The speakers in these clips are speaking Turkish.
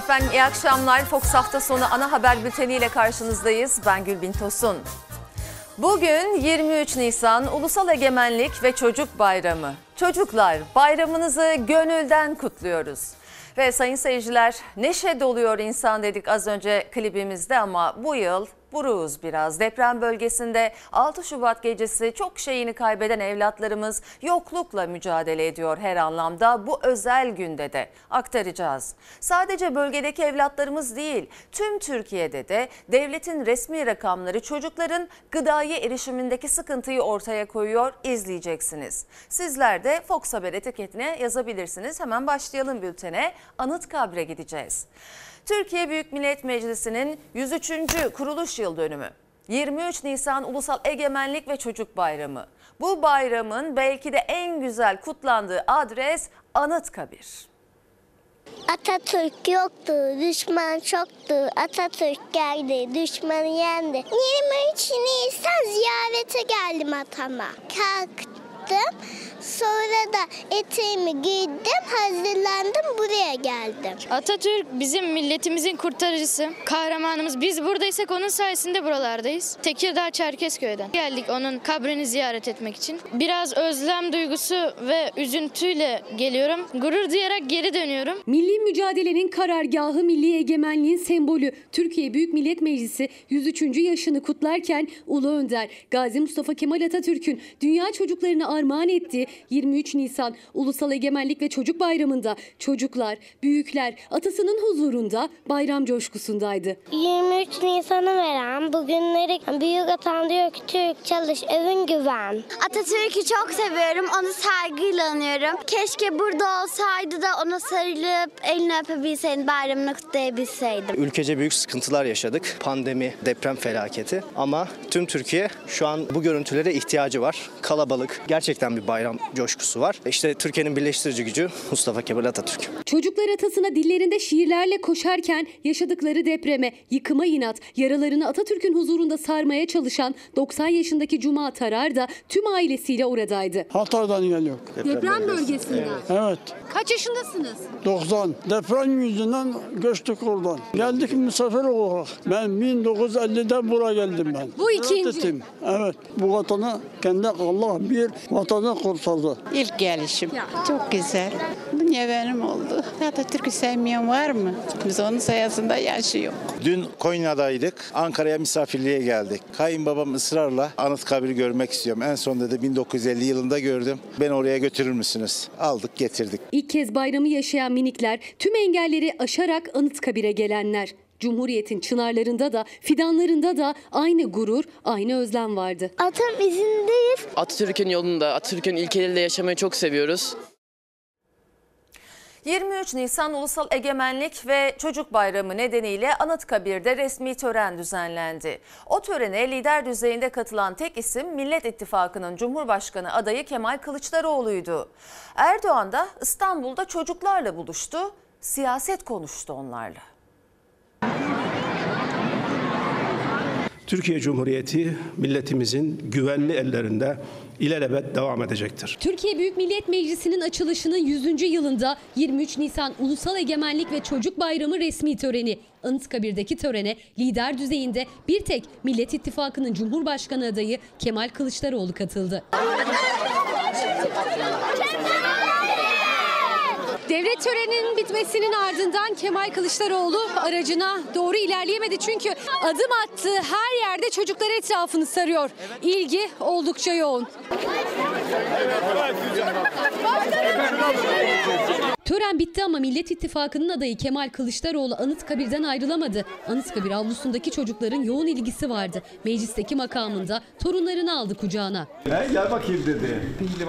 efendim, iyi akşamlar. Fox hafta sonu ana haber bülteniyle karşınızdayız. Ben Gülbin Tosun. Bugün 23 Nisan Ulusal Egemenlik ve Çocuk Bayramı. Çocuklar, bayramınızı gönülden kutluyoruz. Ve sayın seyirciler, neşe doluyor insan dedik az önce klibimizde ama bu yıl buruğuz biraz. Deprem bölgesinde 6 Şubat gecesi çok şeyini kaybeden evlatlarımız yoklukla mücadele ediyor her anlamda. Bu özel günde de aktaracağız. Sadece bölgedeki evlatlarımız değil, tüm Türkiye'de de devletin resmi rakamları çocukların gıdaya erişimindeki sıkıntıyı ortaya koyuyor. İzleyeceksiniz. Sizler de Fox Haber etiketine yazabilirsiniz. Hemen başlayalım bültene. Anıtkabir'e gideceğiz. Türkiye Büyük Millet Meclisi'nin 103. kuruluş yıl dönümü. 23 Nisan Ulusal Egemenlik ve Çocuk Bayramı. Bu bayramın belki de en güzel kutlandığı adres Anıtkabir. Atatürk yoktu, düşman çoktu. Atatürk geldi, düşmanı yendi. 23 Nisan ziyarete geldim atama. Kalktım, sonra da eteğimi giydim, hazırlandım, buraya geldim. Atatürk bizim milletimizin kurtarıcısı, kahramanımız. Biz buradaysak onun sayesinde buralardayız. Tekirdağ Çerkezköy'den geldik onun kabrini ziyaret etmek için. Biraz özlem duygusu ve üzüntüyle geliyorum. Gurur duyarak geri dönüyorum. Milli mücadelenin karargahı, milli egemenliğin sembolü Türkiye Büyük Millet Meclisi 103. yaşını kutlarken Ulu Önder Gazi Mustafa Kemal Atatürk'ün dünya çocuklarına armağan ettiği 23 Nisan Ulusal Egemenlik ve Çocuk Bayramı'nda çocuklar, büyükler atasının huzurunda bayram coşkusundaydı. 23 Nisan'ı veren bugünleri büyük atam diyor ki Türk çalış, evin güven. Atatürk'ü çok seviyorum, onu saygıyla anıyorum. Keşke burada olsaydı da ona sarılıp elini öpebilseydim, bayramını kutlayabilseydim. Ülkece büyük sıkıntılar yaşadık. Pandemi, deprem felaketi ama tüm Türkiye şu an bu görüntülere ihtiyacı var. Kalabalık, gerçekten bir bayram coşkusu var. İşte Türkiye'nin birleştirici gücü Mustafa Kemal Atatürk. Çocuklar atasına dillerinde şiirlerle koşarken yaşadıkları depreme, yıkıma inat, yaralarını Atatürk'ün huzurunda sarmaya çalışan 90 yaşındaki Cuma Tarar da tüm ailesiyle oradaydı. Hatay'dan geliyor. Deprem bölgesinden. Evet. Kaç yaşındasınız? 90. Deprem yüzünden göçtük oradan. Geldik misafir olarak. Ben 1950'de buraya geldim ben. Bu ikinci. Ettim. Evet. Bu vatanı kendi Allah bir vatanı kurtardı. İlk gelişim. Çok güzel. Dünya benim oldu. Atatürk'ü sevmeyen var mı? Biz onun sayesinde yaşıyoruz. Dün Konya'daydık. Ankara'ya misafirliğe geldik. Kayınbabam ısrarla Anıtkabir'i görmek istiyorum. En son dedi 1950 yılında gördüm. Beni oraya götürür müsünüz? Aldık, getirdik. İlk kez bayramı yaşayan minikler, tüm engelleri aşarak Anıtkabir'e gelenler. Cumhuriyet'in çınarlarında da, fidanlarında da aynı gurur, aynı özlem vardı. Atam izindeyiz. Atatürk'ün yolunda, Atatürk'ün ilkeleriyle yaşamayı çok seviyoruz. 23 Nisan Ulusal Egemenlik ve Çocuk Bayramı nedeniyle Anıtkabir'de resmi tören düzenlendi. O törene lider düzeyinde katılan tek isim Millet İttifakı'nın Cumhurbaşkanı adayı Kemal Kılıçdaroğlu'ydu. Erdoğan da İstanbul'da çocuklarla buluştu, siyaset konuştu onlarla. Türkiye Cumhuriyeti milletimizin güvenli ellerinde ilelebet devam edecektir. Türkiye Büyük Millet Meclisi'nin açılışının 100. yılında 23 Nisan Ulusal Egemenlik ve Çocuk Bayramı resmi töreni. Anıtkabir'deki törene lider düzeyinde bir tek Millet İttifakı'nın Cumhurbaşkanı adayı Kemal Kılıçdaroğlu katıldı. Devlet töreninin bitmesinin ardından Kemal Kılıçdaroğlu aracına doğru ilerleyemedi. Çünkü adım attığı her yerde çocuklar etrafını sarıyor. İlgi oldukça yoğun. Tören bitti ama Millet İttifakı'nın adayı Kemal Kılıçdaroğlu Anıtkabir'den ayrılamadı. Anıtkabir avlusundaki çocukların yoğun ilgisi vardı. Meclisteki makamında torunlarını aldı kucağına. Gel bakayım dedi.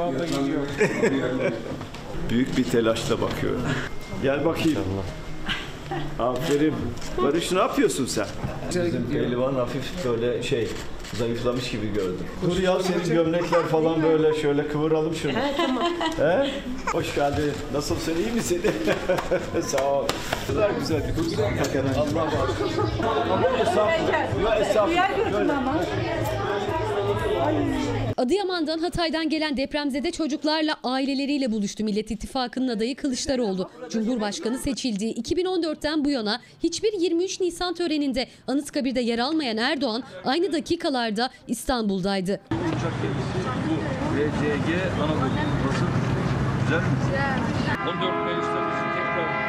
Büyük bir telaşla bakıyorum. Gel bakayım. Aferin. Barış, ne yapıyorsun sen? Bizim pehlivan hafif böyle zayıflamış gibi gördüm. Dur ya, senin gömlekler falan böyle şöyle kıvıralım şunu. Tamam. He? Hoş geldin. Nasılsın, iyi misin? Sağ ol. Ne kadar güzel bir kız. Allah var. Ama estağfurullah. Estağfurullah. Adıyaman'dan, Hatay'dan gelen depremzede çocuklarla aileleriyle buluştu Millet İttifakı'nın adayı Kılıçdaroğlu. Cumhurbaşkanı seçildiği 2014'ten bu yana hiçbir 23 Nisan töreninde Anıtkabir'de yer almayan Erdoğan aynı dakikalarda İstanbul'daydı. Uçak gemisi bu RCG Anadolu. Nasıl? Güzel mi? Güzel. 14 Mayıs'ta bizi tekrar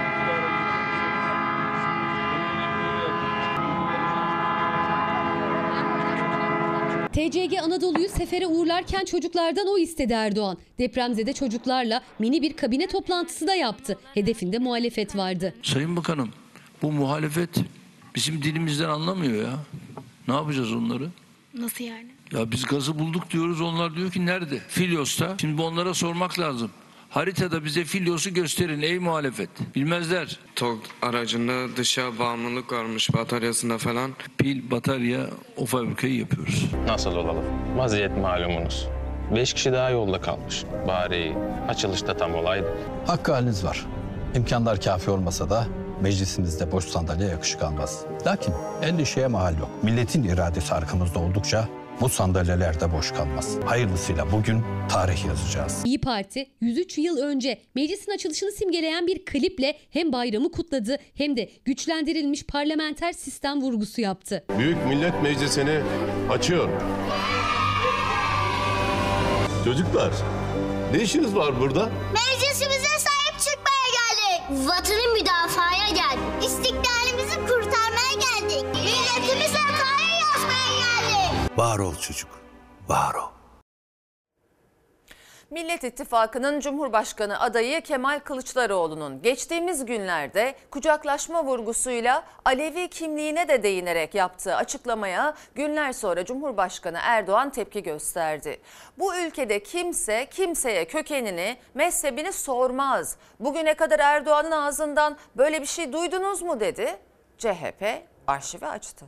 TCG Anadolu'yu sefere uğurlarken çocuklardan o istedi Erdoğan. Depremzede çocuklarla mini bir kabine toplantısı da yaptı. Hedefinde muhalefet vardı. Sayın Bakanım, bu muhalefet bizim dilimizden anlamıyor ya. Ne yapacağız onları? Nasıl yani? Ya biz gazı bulduk diyoruz, onlar diyor ki nerede? Filyos'ta. Şimdi onlara sormak lazım. Haritada bize Filyos'u gösterin ey muhalefet. Bilmezler. TOG aracında dışa bağımlılık varmış bataryasında falan. Pil, batarya, o fabrikayı yapıyoruz. Nasıl olalım? Vaziyet malumunuz. 5 kişi daha yolda kalmış. Bari açılışta tam olaydı. Hakkı haliniz var. İmkanlar kafi olmasa da meclisimizde boş sandalye yakışık almaz. Lakin endişeye mahal yok. Milletin iradesi arkamızda oldukça bu sandalyeler de boş kalmaz. Hayırlısıyla bugün tarih yazacağız. İYİ Parti 103 yıl önce meclisin açılışını simgeleyen bir kliple hem bayramı kutladı hem de güçlendirilmiş parlamenter sistem vurgusu yaptı. Büyük Millet Meclisi'ni açıyorum. Çocuklar, ne işiniz var burada? Meclisimize sahip çıkmaya geldik. Vatanı müdafaya geldik. İstiklalimizi kurtarmaya geldik. Milletimize tarih yazmaya geldik. Var ol çocuk, var ol. Millet İttifakı'nın Cumhurbaşkanı adayı Kemal Kılıçdaroğlu'nun geçtiğimiz günlerde kucaklaşma vurgusuyla Alevi kimliğine de değinerek yaptığı açıklamaya günler sonra Cumhurbaşkanı Erdoğan tepki gösterdi. Bu ülkede kimse kimseye kökenini, mezhebini sormaz. Bugüne kadar Erdoğan'ın ağzından böyle bir şey duydunuz mu dedi. CHP arşivi açtı.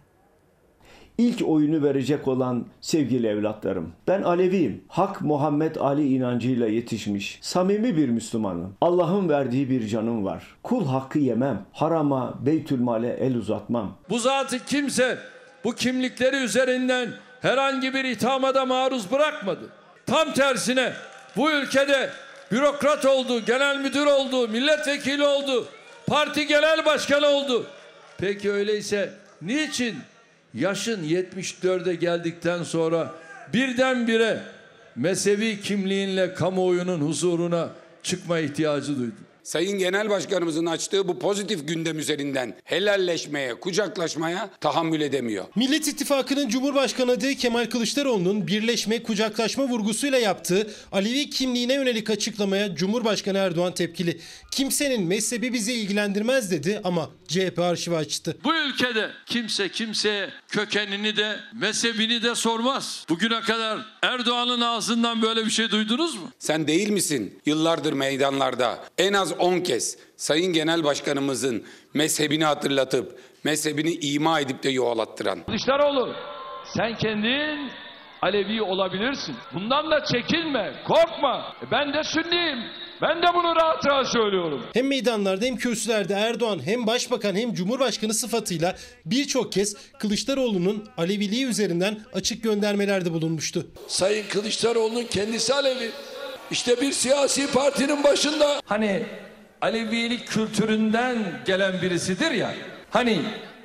İlk oyunu verecek olan sevgili evlatlarım. Ben Aleviyim. Hak Muhammed Ali inancıyla yetişmiş, samimi bir Müslümanım. Allah'ın verdiği bir canım var. Kul hakkı yemem. Harama, Beytülmal'e el uzatmam. Bu zatı kimse bu kimlikleri üzerinden herhangi bir ithama da maruz bırakmadı. Tam tersine bu ülkede bürokrat oldu, genel müdür oldu, milletvekili oldu, parti genel başkanı oldu. Peki öyleyse niçin yaşın 74'e geldikten sonra birdenbire mezhebi kimliğinle kamuoyunun huzuruna çıkma ihtiyacı duydu? Sayın Genel Başkanımızın açtığı bu pozitif gündem üzerinden helalleşmeye, kucaklaşmaya tahammül edemiyor. Millet İttifakı'nın Cumhurbaşkanı adayı Kemal Kılıçdaroğlu'nun birleşme, kucaklaşma vurgusuyla yaptığı Alevi kimliğine yönelik açıklamaya Cumhurbaşkanı Erdoğan tepkili. Kimsenin mezhebi bizi ilgilendirmez dedi ama CHP arşivi açtı. Bu ülkede kimse kimseye kökenini de mezhebini de sormaz. Bugüne kadar Erdoğan'ın ağzından böyle bir şey duydunuz mu? Sen değil misin yıllardır meydanlarda en az 10 kez Sayın Genel Başkanımızın mezhebini hatırlatıp mezhebini ima edip de yuvalattıran? Kılıçdaroğlu, sen kendin Alevi olabilirsin. Bundan da çekinme, korkma. Ben de Sünniyim. Ben de bunu rahat rahat söylüyorum. Hem meydanlarda hem kürsülerde Erdoğan hem başbakan hem cumhurbaşkanı sıfatıyla birçok kez Kılıçdaroğlu'nun Aleviliği üzerinden açık göndermelerde bulunmuştu. Sayın Kılıçdaroğlu'nun kendisi Alevi. İşte bir siyasi partinin başında. Hani Alevilik kültüründen gelen birisidir ya. Hani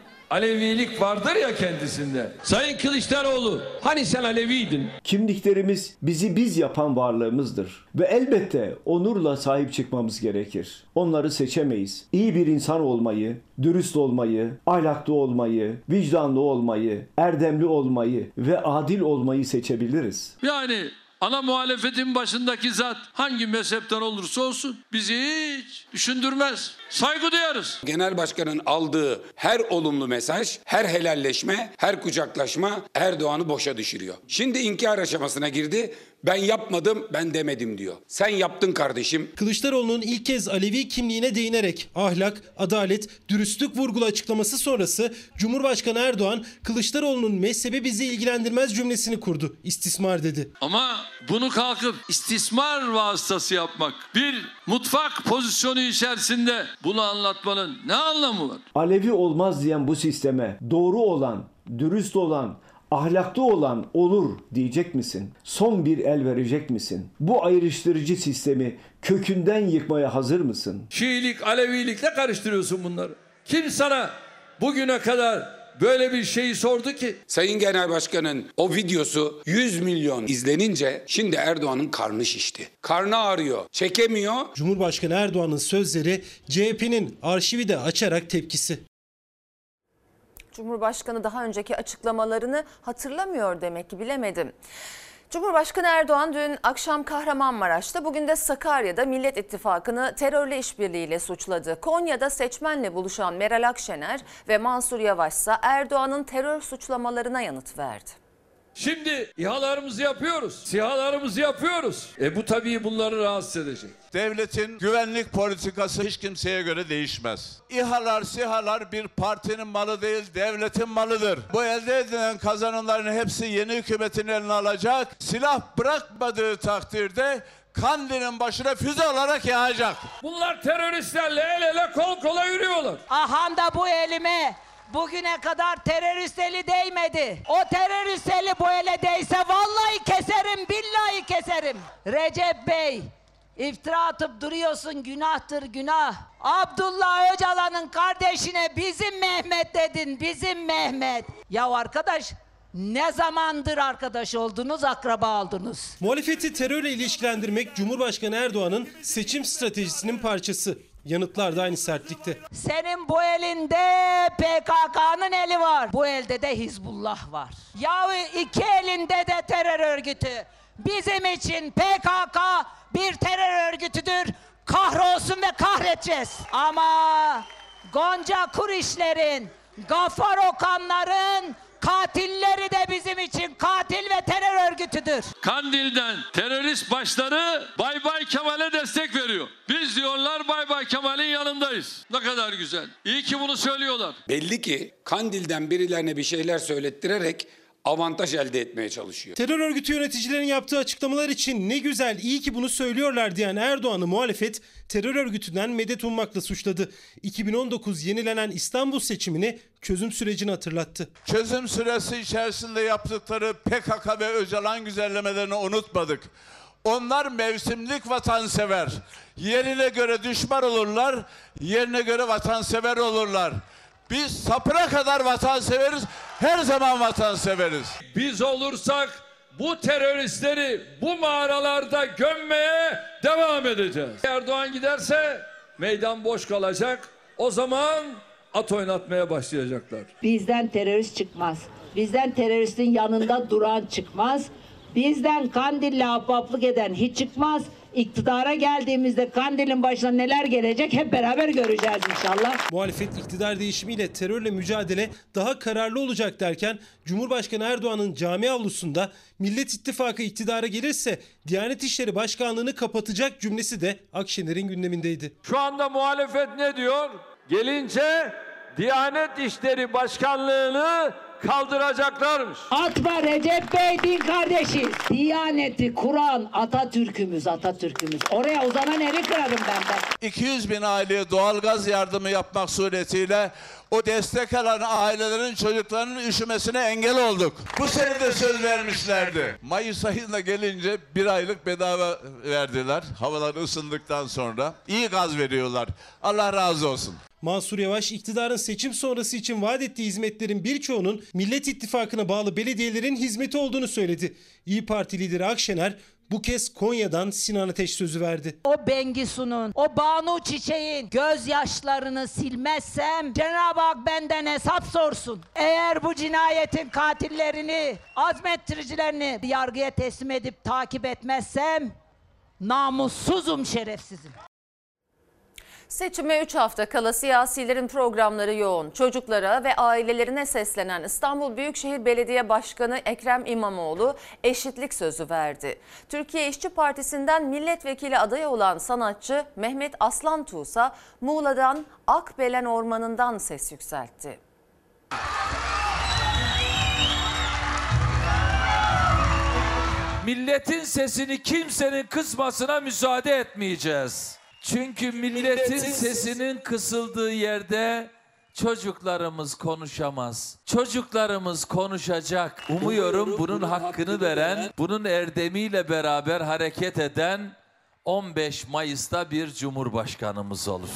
Alevilik vardır ya kendisinde. Sayın Kılıçdaroğlu, hani sen Aleviydin? Kimliklerimiz bizi biz yapan varlığımızdır. Ve elbette onurla sahip çıkmamız gerekir. Onları seçemeyiz. İyi bir insan olmayı, dürüst olmayı, ahlaklı olmayı, vicdanlı olmayı, erdemli olmayı ve adil olmayı seçebiliriz. Yani ana muhalefetin başındaki zat hangi mezhepten olursa olsun bizi hiç düşündürmez. Saygı duyarız. Genel Başkan'ın aldığı her olumlu mesaj, her helalleşme, her kucaklaşma Erdoğan'ı boşa düşürüyor. Şimdi inkar aşamasına girdi. Ben yapmadım, ben demedim diyor. Sen yaptın kardeşim. Kılıçdaroğlu'nun ilk kez Alevi kimliğine değinerek ahlak, adalet, dürüstlük vurgulu açıklaması sonrası Cumhurbaşkanı Erdoğan Kılıçdaroğlu'nun mezhebi bizi ilgilendirmez cümlesini kurdu. İstismar dedi. Ama bunu kalkıp istismar vasıtası yapmak, bir mutfak pozisyonu içerisinde bunu anlatmanın ne anlamı var? Alevi olmaz diyen bu sisteme doğru olan, dürüst olan, Ahlaklı olan olur diyecek misin? Son bir el verecek misin? Bu ayrıştırıcı sistemi kökünden yıkmaya hazır mısın? Şiilik, Alevilikle karıştırıyorsun bunları. Kim sana bugüne kadar böyle bir şeyi sordu ki? Sayın Genel Başkan'ın o videosu 100 milyon izlenince şimdi Erdoğan'ın karnı şişti. Karnı ağrıyor, çekemiyor. Cumhurbaşkanı Erdoğan'ın sözleri CHP'nin arşivi de açarak tepkisi. Cumhurbaşkanı daha önceki açıklamalarını hatırlamıyor demek ki, bilemedim. Cumhurbaşkanı Erdoğan dün akşam Kahramanmaraş'ta, bugün de Sakarya'da Millet İttifakı'nı terörle işbirliğiyle suçladı. Konya'da seçmenle buluşan Meral Akşener ve Mansur Yavaş ise Erdoğan'ın terör suçlamalarına yanıt verdi. Şimdi İHA'larımızı yapıyoruz, SİHA'larımızı yapıyoruz. Bu tabii bunları rahatsız edecek. Devletin güvenlik politikası hiç kimseye göre değişmez. İHA'lar, SİHA'lar bir partinin malı değil, devletin malıdır. Bu elde edilen kazanımların hepsi yeni hükümetin eline alacak. Silah bırakmadığı takdirde Kandil'in başına füze olarak yağacak. Bunlar teröristlerle el ele kol kola yürüyorlar. Aham da bu elime bugüne kadar terörist eli değmedi. O terörist eli bu ele değse vallahi keserim, billahi keserim. Recep Bey, iftira atıp duruyorsun, günahtır günah. Abdullah Öcalan'ın kardeşine bizim Mehmet dedin, bizim Mehmet. Ya arkadaş, ne zamandır arkadaş oldunuz, akraba oldunuz? Muhalefeti terörle ilişkilendirmek Cumhurbaşkanı Erdoğan'ın seçim stratejisinin parçası. Yanıtlar da aynı sertlikte. Senin bu elinde PKK'nın eli var. Bu elde de Hizbullah var. Yahu iki elinde de terör örgütü. Bizim için PKK bir terör örgütüdür. Kahrolsun ve kahredeceğiz. Ama Gonca Kurişlerin, Gafar Okanların katilleri de bizim için katil ve terör örgütüdür. Kandil'den terörist başları Bay Bay Kemal'e destek veriyor. Biz diyorlar Bay Bay Kemal'in yanındayız. Ne kadar güzel. İyi ki bunu söylüyorlar. Belli ki Kandil'den birilerine bir şeyler söylettirerek avantaj elde etmeye çalışıyor. Terör örgütü yöneticilerin yaptığı açıklamalar için ne güzel, iyi ki bunu söylüyorlar diyen Erdoğan'ı muhalefet terör örgütünden medet ummakla suçladı. 2019 yenilenen İstanbul seçimini çözüm sürecini hatırlattı. Çözüm süresi içerisinde yaptıkları PKK ve Öcalan güzellemelerini unutmadık. Onlar mevsimlik vatansever. Yerine göre düşman olurlar, yerine göre vatansever olurlar. Biz sapına kadar vatanseveriz, her zaman vatanseveriz. Biz olursak bu teröristleri bu mağaralarda gömmeye devam edeceğiz. Erdoğan giderse meydan boş kalacak. O zaman at oynatmaya başlayacaklar. Bizden terörist çıkmaz. Bizden teröristin yanında duran çıkmaz. Bizden Kandil'le ahbaplık eden hiç çıkmaz. İktidara geldiğimizde Kandil'in başına neler gelecek hep beraber göreceğiz inşallah. Muhalefet iktidar değişimiyle terörle mücadele daha kararlı olacak derken Cumhurbaşkanı Erdoğan'ın cami avlusunda Millet İttifakı iktidara gelirse Diyanet İşleri Başkanlığı'nı kapatacak cümlesi de Akşener'in gündemindeydi. Şu anda muhalefet ne diyor? Gelince Diyanet İşleri Başkanlığı'nı kaldıracaklarmış. Atma Recep Bey, din kardeşiz. Diyaneti kuran Atatürk'ümüz. Oraya uzanan eli kırarım ben de. 200 bin aileye doğalgaz yardımı yapmak suretiyle o destek alan ailelerin çocuklarının üşümesine engel olduk. Bu sene de söz vermişlerdi. Mayıs ayında gelince 1 aylık bedava verdiler. Havalar ısındıktan sonra. İyi gaz veriyorlar. Allah razı olsun. Mansur Yavaş iktidarın seçim sonrası için vaat ettiği hizmetlerin birçoğunun Millet İttifakı'na bağlı belediyelerin hizmeti olduğunu söyledi. İYİ Parti lideri Akşener bu kez Konya'dan Sinan Ateş sözü verdi. O Bengisu'nun, o Banu Çiçek'in gözyaşlarını silmezsem Cenab-ı Hak benden hesap sorsun. Eğer bu cinayetin katillerini, azmettiricilerini yargıya teslim edip takip etmezsem namussuzum, şerefsizim. Seçime 3 hafta kala siyasilerin programları yoğun. Çocuklara ve ailelerine seslenen İstanbul Büyükşehir Belediye Başkanı Ekrem İmamoğlu eşitlik sözü verdi. Türkiye İşçi Partisi'nden milletvekili adayı olan sanatçı Mehmet Aslantuğ ise Muğla'dan Akbelen Ormanı'ndan ses yükseltti. Milletin sesini kimsenin kısmasına müsaade etmeyeceğiz. Çünkü milletin sesinin kısıldığı yerde çocuklarımız konuşamaz. Çocuklarımız konuşacak. Umuyorum bunun hakkını veren, bunun erdemiyle beraber hareket eden 15 Mayıs'ta bir Cumhurbaşkanımız olur.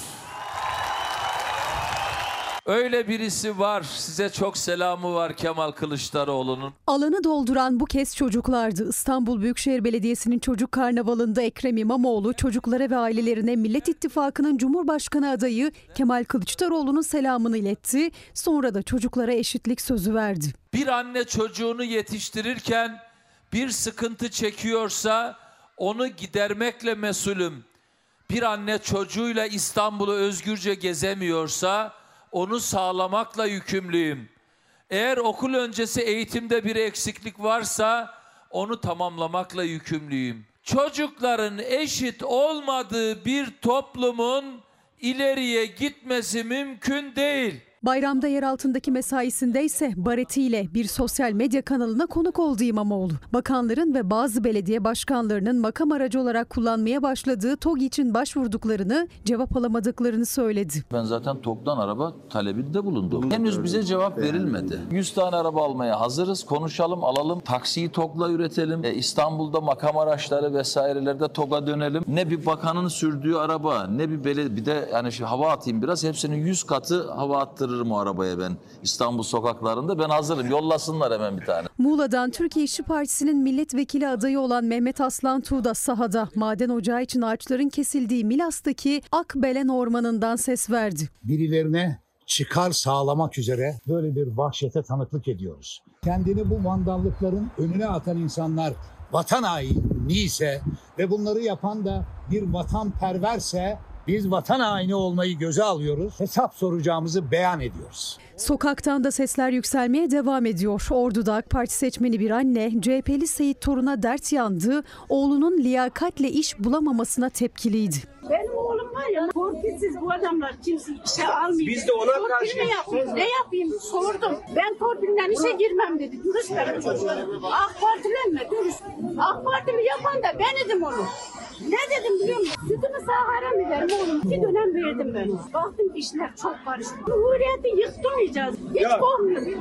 Öyle birisi var. Size çok selamı var Kemal Kılıçdaroğlu'nun. Alanı dolduran bu kez çocuklardı. İstanbul Büyükşehir Belediyesi'nin çocuk karnavalında Ekrem İmamoğlu çocuklara ve ailelerine Millet İttifakı'nın Cumhurbaşkanı adayı Kemal Kılıçdaroğlu'nun selamını iletti. Sonra da çocuklara eşitlik sözü verdi. Bir anne çocuğunu yetiştirirken bir sıkıntı çekiyorsa onu gidermekle mesulüm. Bir anne çocuğuyla İstanbul'u özgürce gezemiyorsa onu sağlamakla yükümlüyüm. Eğer okul öncesi eğitimde bir eksiklik varsa onu tamamlamakla yükümlüyüm. Çocukların eşit olmadığı bir toplumun ileriye gitmesi mümkün değil. Bayramda yer altındaki mesaisinde ise baretiyle bir sosyal medya kanalına konuk oldu İmamoğlu. Bakanların ve bazı belediye başkanlarının makam aracı olarak kullanmaya başladığı TOG için başvurduklarını, cevap alamadıklarını söyledi. Ben zaten TOG'dan araba talebinde bulundum. Henüz bize cevap verilmedi. 100 tane araba almaya hazırız. Konuşalım, alalım. Taksiyi TOG'la üretelim. İstanbul'da makam araçları vesairelerde TOG'a dönelim. Ne bir bakanın sürdüğü araba, ne bir bir de yani hava atayım biraz. Hepsinin 100 katı hava attırır o arabaya ben İstanbul sokaklarında. Ben hazırım. Yollasınlar hemen bir tane. Muğla'dan Türkiye İşçi Partisi'nin milletvekili adayı olan Mehmet Aslan Tuğ da sahada. Maden ocağı için ağaçların kesildiği Milas'taki Akbelen Ormanı'ndan ses verdi. Birilerine çıkar sağlamak üzere böyle bir vahşete tanıklık ediyoruz. Kendini bu vandallıkların önüne atan insanlar vatan haini ise ve bunları yapan da bir vatanperverse biz vatan haini olmayı göze alıyoruz. Hesap soracağımızı beyan ediyoruz. Sokaktan da sesler yükselmeye devam ediyor. Ordu'da AK Parti seçmeni bir anne CHP'li Seyit Torun'a dert yandı. Oğlunun liyakatle iş bulamamasına tepkiliydi. Benim oğlum var ya torpilsiz bu adamlar kimse işe almıyor. Biz de ona karşı ne yapayım sordum. Ben torpilden işe girmem dedi. Dürüst benim çocuklarım. AK Partilenme dürüst. AK Partili yapan da ben idim onu. Ne dedim biliyor musun? Sütümü sahara mı verim oğlum? 2 dönem verdim ben. Baktım işler çok karıştı. Cumhuriyeti yıktırmayacağız. Hiç korkmuyorum.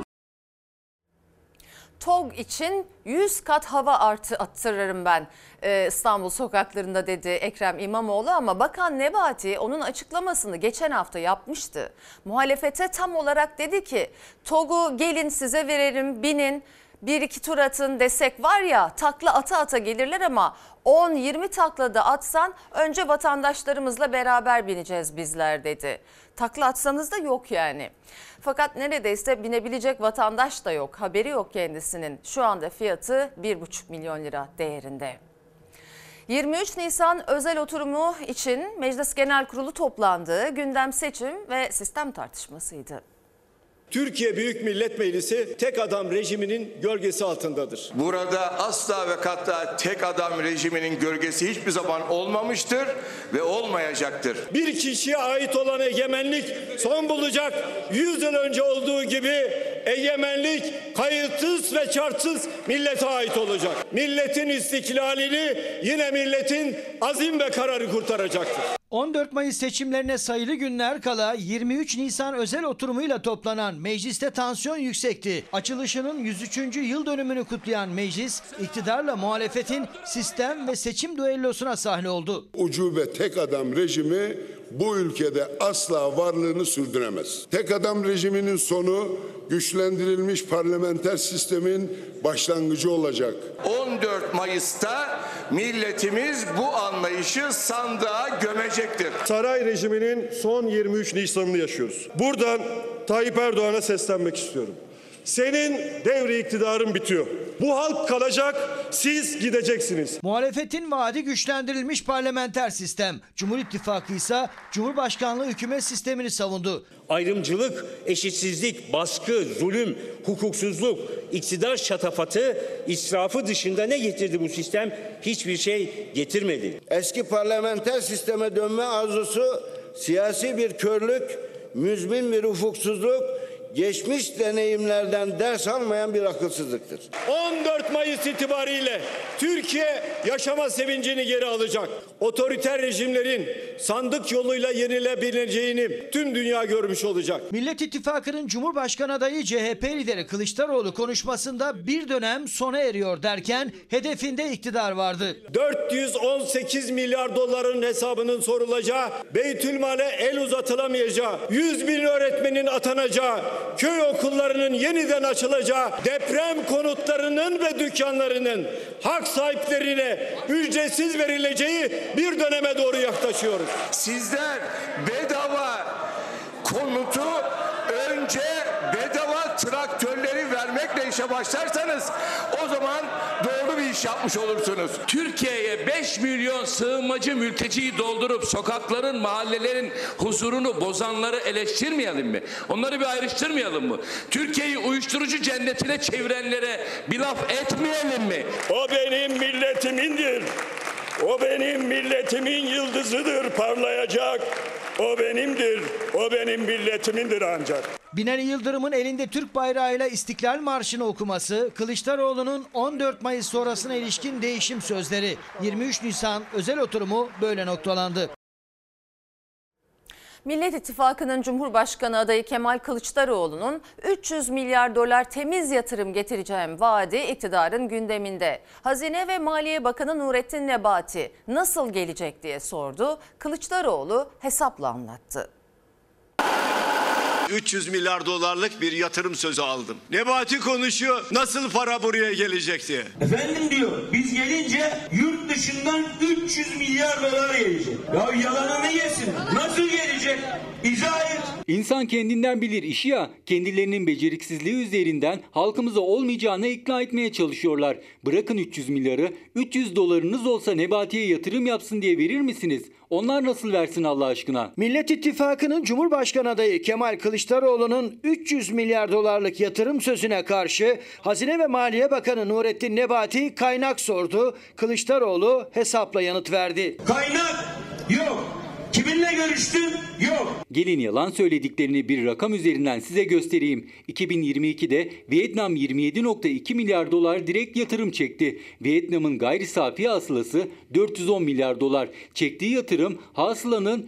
TOG için 100 kat hava attırırım ben İstanbul sokaklarında dedi Ekrem İmamoğlu, ama Bakan Nebati onun açıklamasını geçen hafta yapmıştı. Muhalefete tam olarak dedi ki TOG'u gelin size verelim, binin, 1-2 tur atın desek var ya, takla ata ata gelirler ama 10-20 takla da atsan önce vatandaşlarımızla beraber bineceğiz bizler dedi. Takla atsanız da yok yani. Fakat neredeyse binebilecek vatandaş da yok, haberi yok kendisinin. Şu anda fiyatı 1,5 milyon lira değerinde. 23 Nisan özel oturumu için Meclis Genel Kurulu toplandı. Gündem seçim ve sistem tartışmasıydı. Türkiye Büyük Millet Meclisi tek adam rejiminin gölgesi altındadır. Burada asla ve kata tek adam rejiminin gölgesi hiçbir zaman olmamıştır ve olmayacaktır. Bir kişiye ait olan egemenlik son bulacak. 100 yıl önce olduğu gibi egemenlik kayıtsız ve şartsız millete ait olacak. Milletin istiklalini yine milletin azim ve kararı kurtaracaktır. 14 Mayıs seçimlerine sayılı günler kala 23 Nisan özel oturumuyla toplanan mecliste tansiyon yüksekti. Açılışının 103. yıl dönümünü kutlayan meclis, iktidarla muhalefetin sistem ve seçim düellosuna sahne oldu. Ucube tek adam rejimi bu ülkede asla varlığını sürdüremez. Tek adam rejiminin sonu güçlendirilmiş parlamenter sistemin başlangıcı olacak. 14 Mayıs'ta milletimiz bu anlayışı sandığa gömecektir. Saray rejiminin son 23 Nisan'ını yaşıyoruz. Buradan Tayyip Erdoğan'a seslenmek istiyorum. Senin devri iktidarın bitiyor. Bu halk kalacak, siz gideceksiniz. Muhalefetin vaadi güçlendirilmiş parlamenter sistem. Cumhur İttifakı ise Cumhurbaşkanlığı hükümet sistemini savundu. Ayrımcılık, eşitsizlik, baskı, zulüm, hukuksuzluk, iktidar şatafatı, israfı dışında ne getirdi bu sistem? Hiçbir şey getirmedi. Eski parlamenter sisteme dönme arzusu siyasi bir körlük, müzmin bir ufuksuzluk, geçmiş deneyimlerden ders almayan bir akılsızlıktır. 14 Mayıs itibariyle Türkiye yaşama sevincini geri alacak. Otoriter rejimlerin sandık yoluyla yenilebileceğini tüm dünya görmüş olacak. Millet İttifakı'nın Cumhurbaşkanı adayı CHP lideri Kılıçdaroğlu konuşmasında bir dönem sona eriyor derken hedefinde iktidar vardı. 418 milyar doların hesabının sorulacağı, Beytülmal'e el uzatılamayacağı, 100 bin öğretmenin atanacağı, köy okullarının yeniden açılacağı, deprem konutlarının ve dükkanlarının hak sahiplerine ücretsiz verileceği bir döneme doğru yaklaşıyoruz. Sizler bedava konutu önce bedava traktörleri vermekle işe başlarsanız o zaman doğru bir iş yapmış olursunuz. Türkiye'ye 5 milyon sığınmacı mülteciyi doldurup sokakların, mahallelerin huzurunu bozanları eleştirmeyelim mi? Onları bir ayrıştırmayalım mı? Türkiye'yi uyuşturucu cennetine çevirenlere bir laf etmeyelim mi? O benim milletimindir. O benim milletimin yıldızıdır, parlayacak. O benimdir, o benim milletimindir ancak. Binali Yıldırım'ın elinde Türk bayrağıyla İstiklal Marşı'nı okuması, Kılıçdaroğlu'nun 14 Mayıs sonrasına ilişkin değişim sözleri, 23 Nisan özel oturumu böyle noktalandı. Millet İttifakı'nın Cumhurbaşkanı adayı Kemal Kılıçdaroğlu'nun 300 milyar dolar temiz yatırım getireceğim vaadi iktidarın gündeminde. Hazine ve Maliye Bakanı Nurettin Nebati nasıl gelecek diye sordu. Kılıçdaroğlu hesapla anlattı. 300 milyar dolarlık bir yatırım sözü aldım. Nebati konuşuyor, nasıl para buraya gelecek diye. Efendim diyor, biz gelince yurt dışından 300 milyar dolar gelecek. Ya yalanını yesin, nasıl gelecek? İzah et. İnsan kendinden bilir işi ya, kendilerinin beceriksizliği üzerinden halkımıza olmayacağını ikna etmeye çalışıyorlar. Bırakın 300 milyarı, 300 dolarınız olsa Nebati'ye yatırım yapsın diye verir misiniz? Onlar nasıl versin Allah aşkına? Millet İttifakı'nın Cumhurbaşkanı adayı Kemal Kılıçdaroğlu'nun 300 milyar dolarlık yatırım sözüne karşı Hazine ve Maliye Bakanı Nurettin Nebati kaynak sordu. Kılıçdaroğlu hesapla yanıt verdi. Kaynak yok. Kiminle görüştün? Yok. Gelin yalan söylediklerini bir rakam üzerinden size göstereyim. 2022'de Vietnam 27.2 milyar dolar direkt yatırım çekti. Vietnam'ın gayri safi hasılası 410 milyar dolar. Çektiği yatırım hasılanın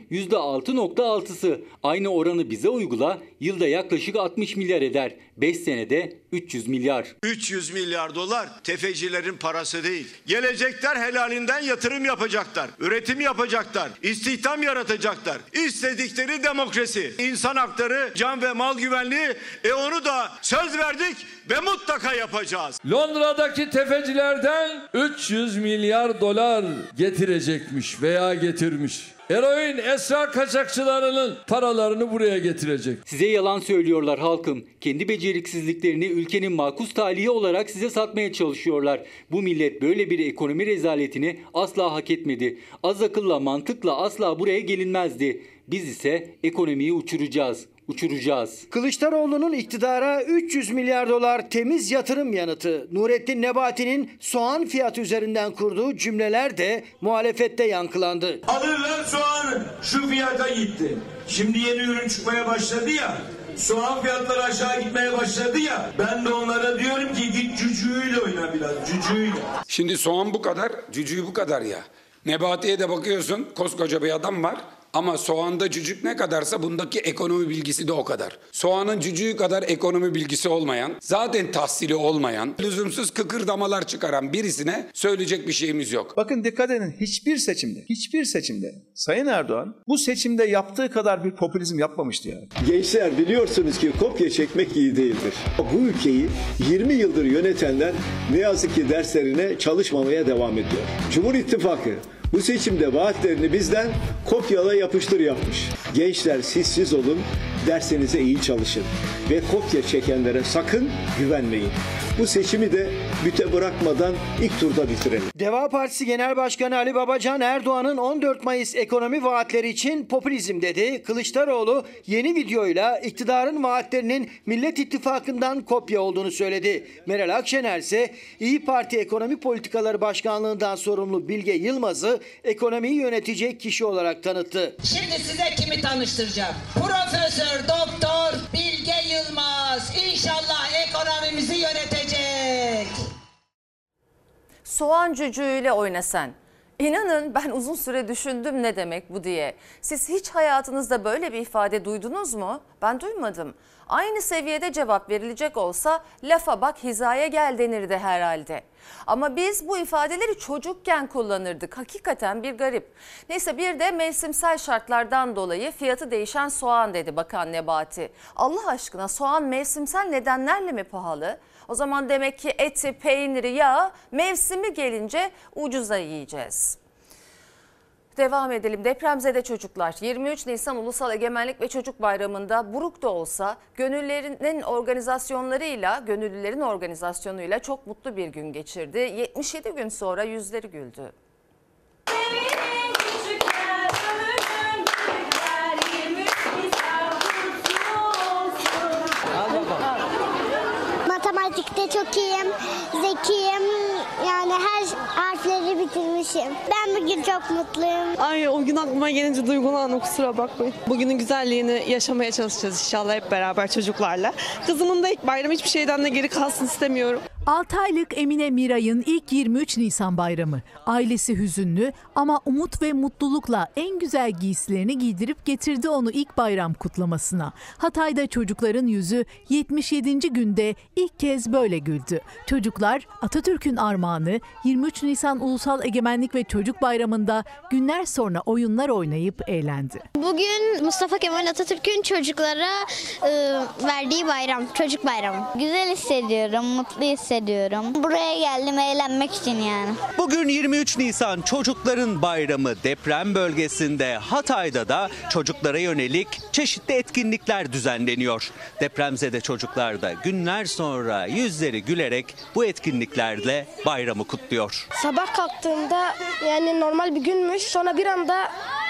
%6.6'sı. Aynı oranı bize uygula, yılda yaklaşık 60 milyar eder. 5 senede 300 milyar. 300 milyar dolar tefecilerin parası değil. Gelecekler helalinden yatırım yapacaklar. Üretim yapacaklar. İstihdam yaratacaklar. İstedikleri demokrasi. İnsan hakları, can ve mal güvenliği. Onu da söz verdik ve mutlaka yapacağız. Londra'daki tefecilerden 300 milyar dolar getirecekmiş veya getirmiş. Eroin esrar kaçakçılarının paralarını buraya getirecek. Size yalan söylüyorlar halkım. Kendi beceriksizliklerini ülkenin makus talihi olarak size satmaya çalışıyorlar. Bu millet böyle bir ekonomi rezaletini asla hak etmedi. Az akılla, mantıkla asla buraya gelinmezdi. Biz ise ekonomiyi uçuracağız. Kılıçdaroğlu'nun iktidara 300 milyar dolar temiz yatırım yanıtı. Nurettin Nebati'nin soğan fiyatı üzerinden kurduğu cümleler de muhalefette yankılandı. Alırlar soğanı. Şu fiyata gitti. Şimdi yeni ürün çıkmaya başladı ya. Soğan fiyatları aşağı gitmeye başladı ya. Ben de onlara diyorum ki git cücüğüyle oyna biraz. Cücüğüyle. Şimdi soğan bu kadar, cücüğü bu kadar ya. Nebati'ye de bakıyorsun, koskoca bir adam var. Ama soğanda cücük ne kadarsa bundaki ekonomi bilgisi de o kadar. Soğanın cücüğü kadar ekonomi bilgisi olmayan, zaten tahsili olmayan, lüzumsuz kıkırdamalar çıkaran birisine söyleyecek bir şeyimiz yok. Bakın dikkat edin, hiçbir seçimde Sayın Erdoğan bu seçimde yaptığı kadar bir popülizm yapmamıştı yani. Gençler biliyorsunuz ki kopya çekmek iyi değildir. Bu ülkeyi 20 yıldır yönetenler ne yazık ki derslerine çalışmamaya devam ediyor. Cumhur İttifakı bu seçimde vaatlerini bizden kopyala yapıştır yapmış. Gençler siz olun, dersinize iyi çalışın ve kopya çekenlere sakın güvenmeyin. Bu seçimi de büte bırakmadan ilk turda bitirelim. Deva Partisi Genel Başkanı Ali Babacan Erdoğan'ın 14 Mayıs ekonomi vaatleri için popülizm dedi. Kılıçdaroğlu yeni videoyla iktidarın vaatlerinin Millet İttifakı'ndan kopya olduğunu söyledi. Meral Akşener ise İYİ Parti Ekonomi Politikaları Başkanlığı'ndan sorumlu Bilge Yılmaz'ı ekonomiyi yönetecek kişi olarak tanıttı. Şimdi size kimi tanıştıracağım? Profesör Doktor Bilge Yılmaz. İnşallah ekonomimizi yönetecek. Soğan cücüğüyle oyna sen. İnanın ben uzun süre düşündüm ne demek bu diye. Siz hiç hayatınızda böyle bir ifade duydunuz mu? Ben duymadım. Aynı seviyede cevap verilecek olsa lafa bak hizaya gel denirdi herhalde. Ama biz bu ifadeleri çocukken kullanırdık. Hakikaten bir garip. Neyse bir de mevsimsel şartlardan dolayı fiyatı değişen soğan dedi Bakan Nebati. Allah aşkına soğan mevsimsel nedenlerle mi pahalı? O zaman demek ki eti, peyniri, yağı mevsimi gelince ucuza yiyeceğiz. Devam edelim. Depremzede çocuklar 23 Nisan Ulusal Egemenlik ve Çocuk Bayramı'nda buruk da olsa gönüllülerin organizasyonuyla çok mutlu bir gün geçirdi. 77 gün sonra yüzleri güldü. Matematikte çok iyiyim, zekiyim. Yani her harfleri bitirmişim. Ben bugün çok mutluyum. Ay o gün aklıma gelince duygulandım, kusura bakmayın. Bugünün güzelliğini yaşamaya çalışacağız inşallah hep beraber çocuklarla. Kızımın da ilk bayramı, hiçbir şeyden de geri kalsın istemiyorum. 6 aylık Emine Miray'ın ilk 23 Nisan bayramı. Ailesi hüzünlü ama umut ve mutlulukla en güzel giysilerini giydirip getirdi onu ilk bayram kutlamasına. Hatay'da çocukların yüzü 77. günde ilk kez böyle güldü. Çocuklar Atatürk'ün armağanı 23 Nisan Ulusal Egemenlik ve Çocuk Bayramı'nda günler sonra oyunlar oynayıp eğlendi. Bugün Mustafa Kemal Atatürk'ün çocuklara verdiği bayram, çocuk bayramı. Güzel hissediyorum, mutlu hissediyorum. Buraya geldim eğlenmek için yani. Bugün 23 Nisan Çocukların Bayramı. Deprem bölgesinde Hatay'da da çocuklara yönelik çeşitli etkinlikler düzenleniyor. Depremzede çocuklar da günler sonra yüzleri gülerek bu etkinliklerle bayramı kutluyor. Sabah kalktığımda yani normal bir günmüş, sonra bir anda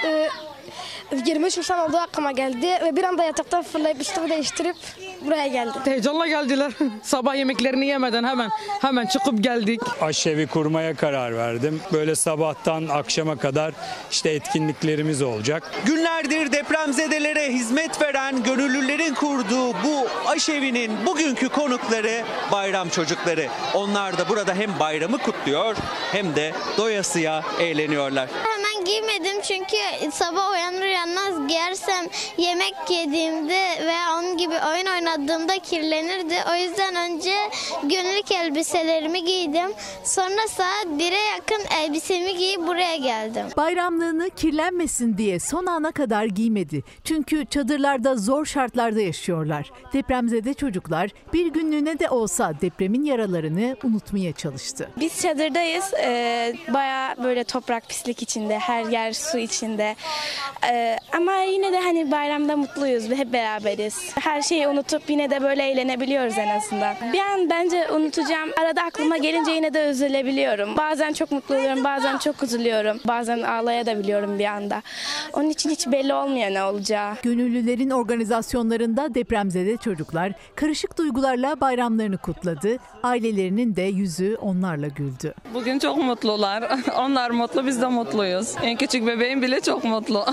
23 Nisan olduğu aklıma geldi ve bir anda yataktan fırlayıp üstümü değiştirip buraya geldim. Heyecanla geldiler. Sabah yemeklerini yemeden hemen çıkıp geldik. Aşevi kurmaya karar verdim. Böyle sabahtan akşama kadar işte etkinliklerimiz olacak. Günlerdir depremzedelere hizmet veren gönüllülerin kurduğu bu aşevinin bugünkü konukları bayram çocukları. Onlar da burada hem bayramı kutluyor hem de doyasıya eğleniyorlar. Hemen giymedim çünkü sabah uyanır uyanmaz giyersem yemek yediğimde veya onun gibi oyun oynadığımda kirlenirdi. O yüzden önce günlük elbiselerimi giydim. Sonra saat 1'e yakın elbisemi giyip buraya geldim. Bayramlığını kirlenmesin diye son ana kadar giymedi. Çünkü çadırlarda zor şartlarda yaşıyorlar. Depremzede çocuklar bir günlüğüne de olsa depremin yaralarını unutmaya çalıştı. Biz çadırdayız. Bayağı böyle toprak pislik içinde, her yer su içinde. Ama yine de hani bayramda mutluyuz ve hep beraberiz. Her şeyi unutup yine de böyle eğlenebiliyoruz en azından. Bir an bence unutacağım. Arada aklıma gelince yine de üzülebiliyorum. Bazen çok mutlu oluyorum, bazen çok üzülüyorum. Bazen ağlayabiliyorum bir anda. Onun için hiç belli olmuyor ne olacağı. Gönüllülerin organizasyonlarında depremzede çocuklar karışık duygularla bayramlarını kutladı. Ailelerinin de yüzü onlarla güldü. Bugün çok mutlular. Onlar mutlu, biz de mutluyuz. En küçük bebeğim bile çok mutlu.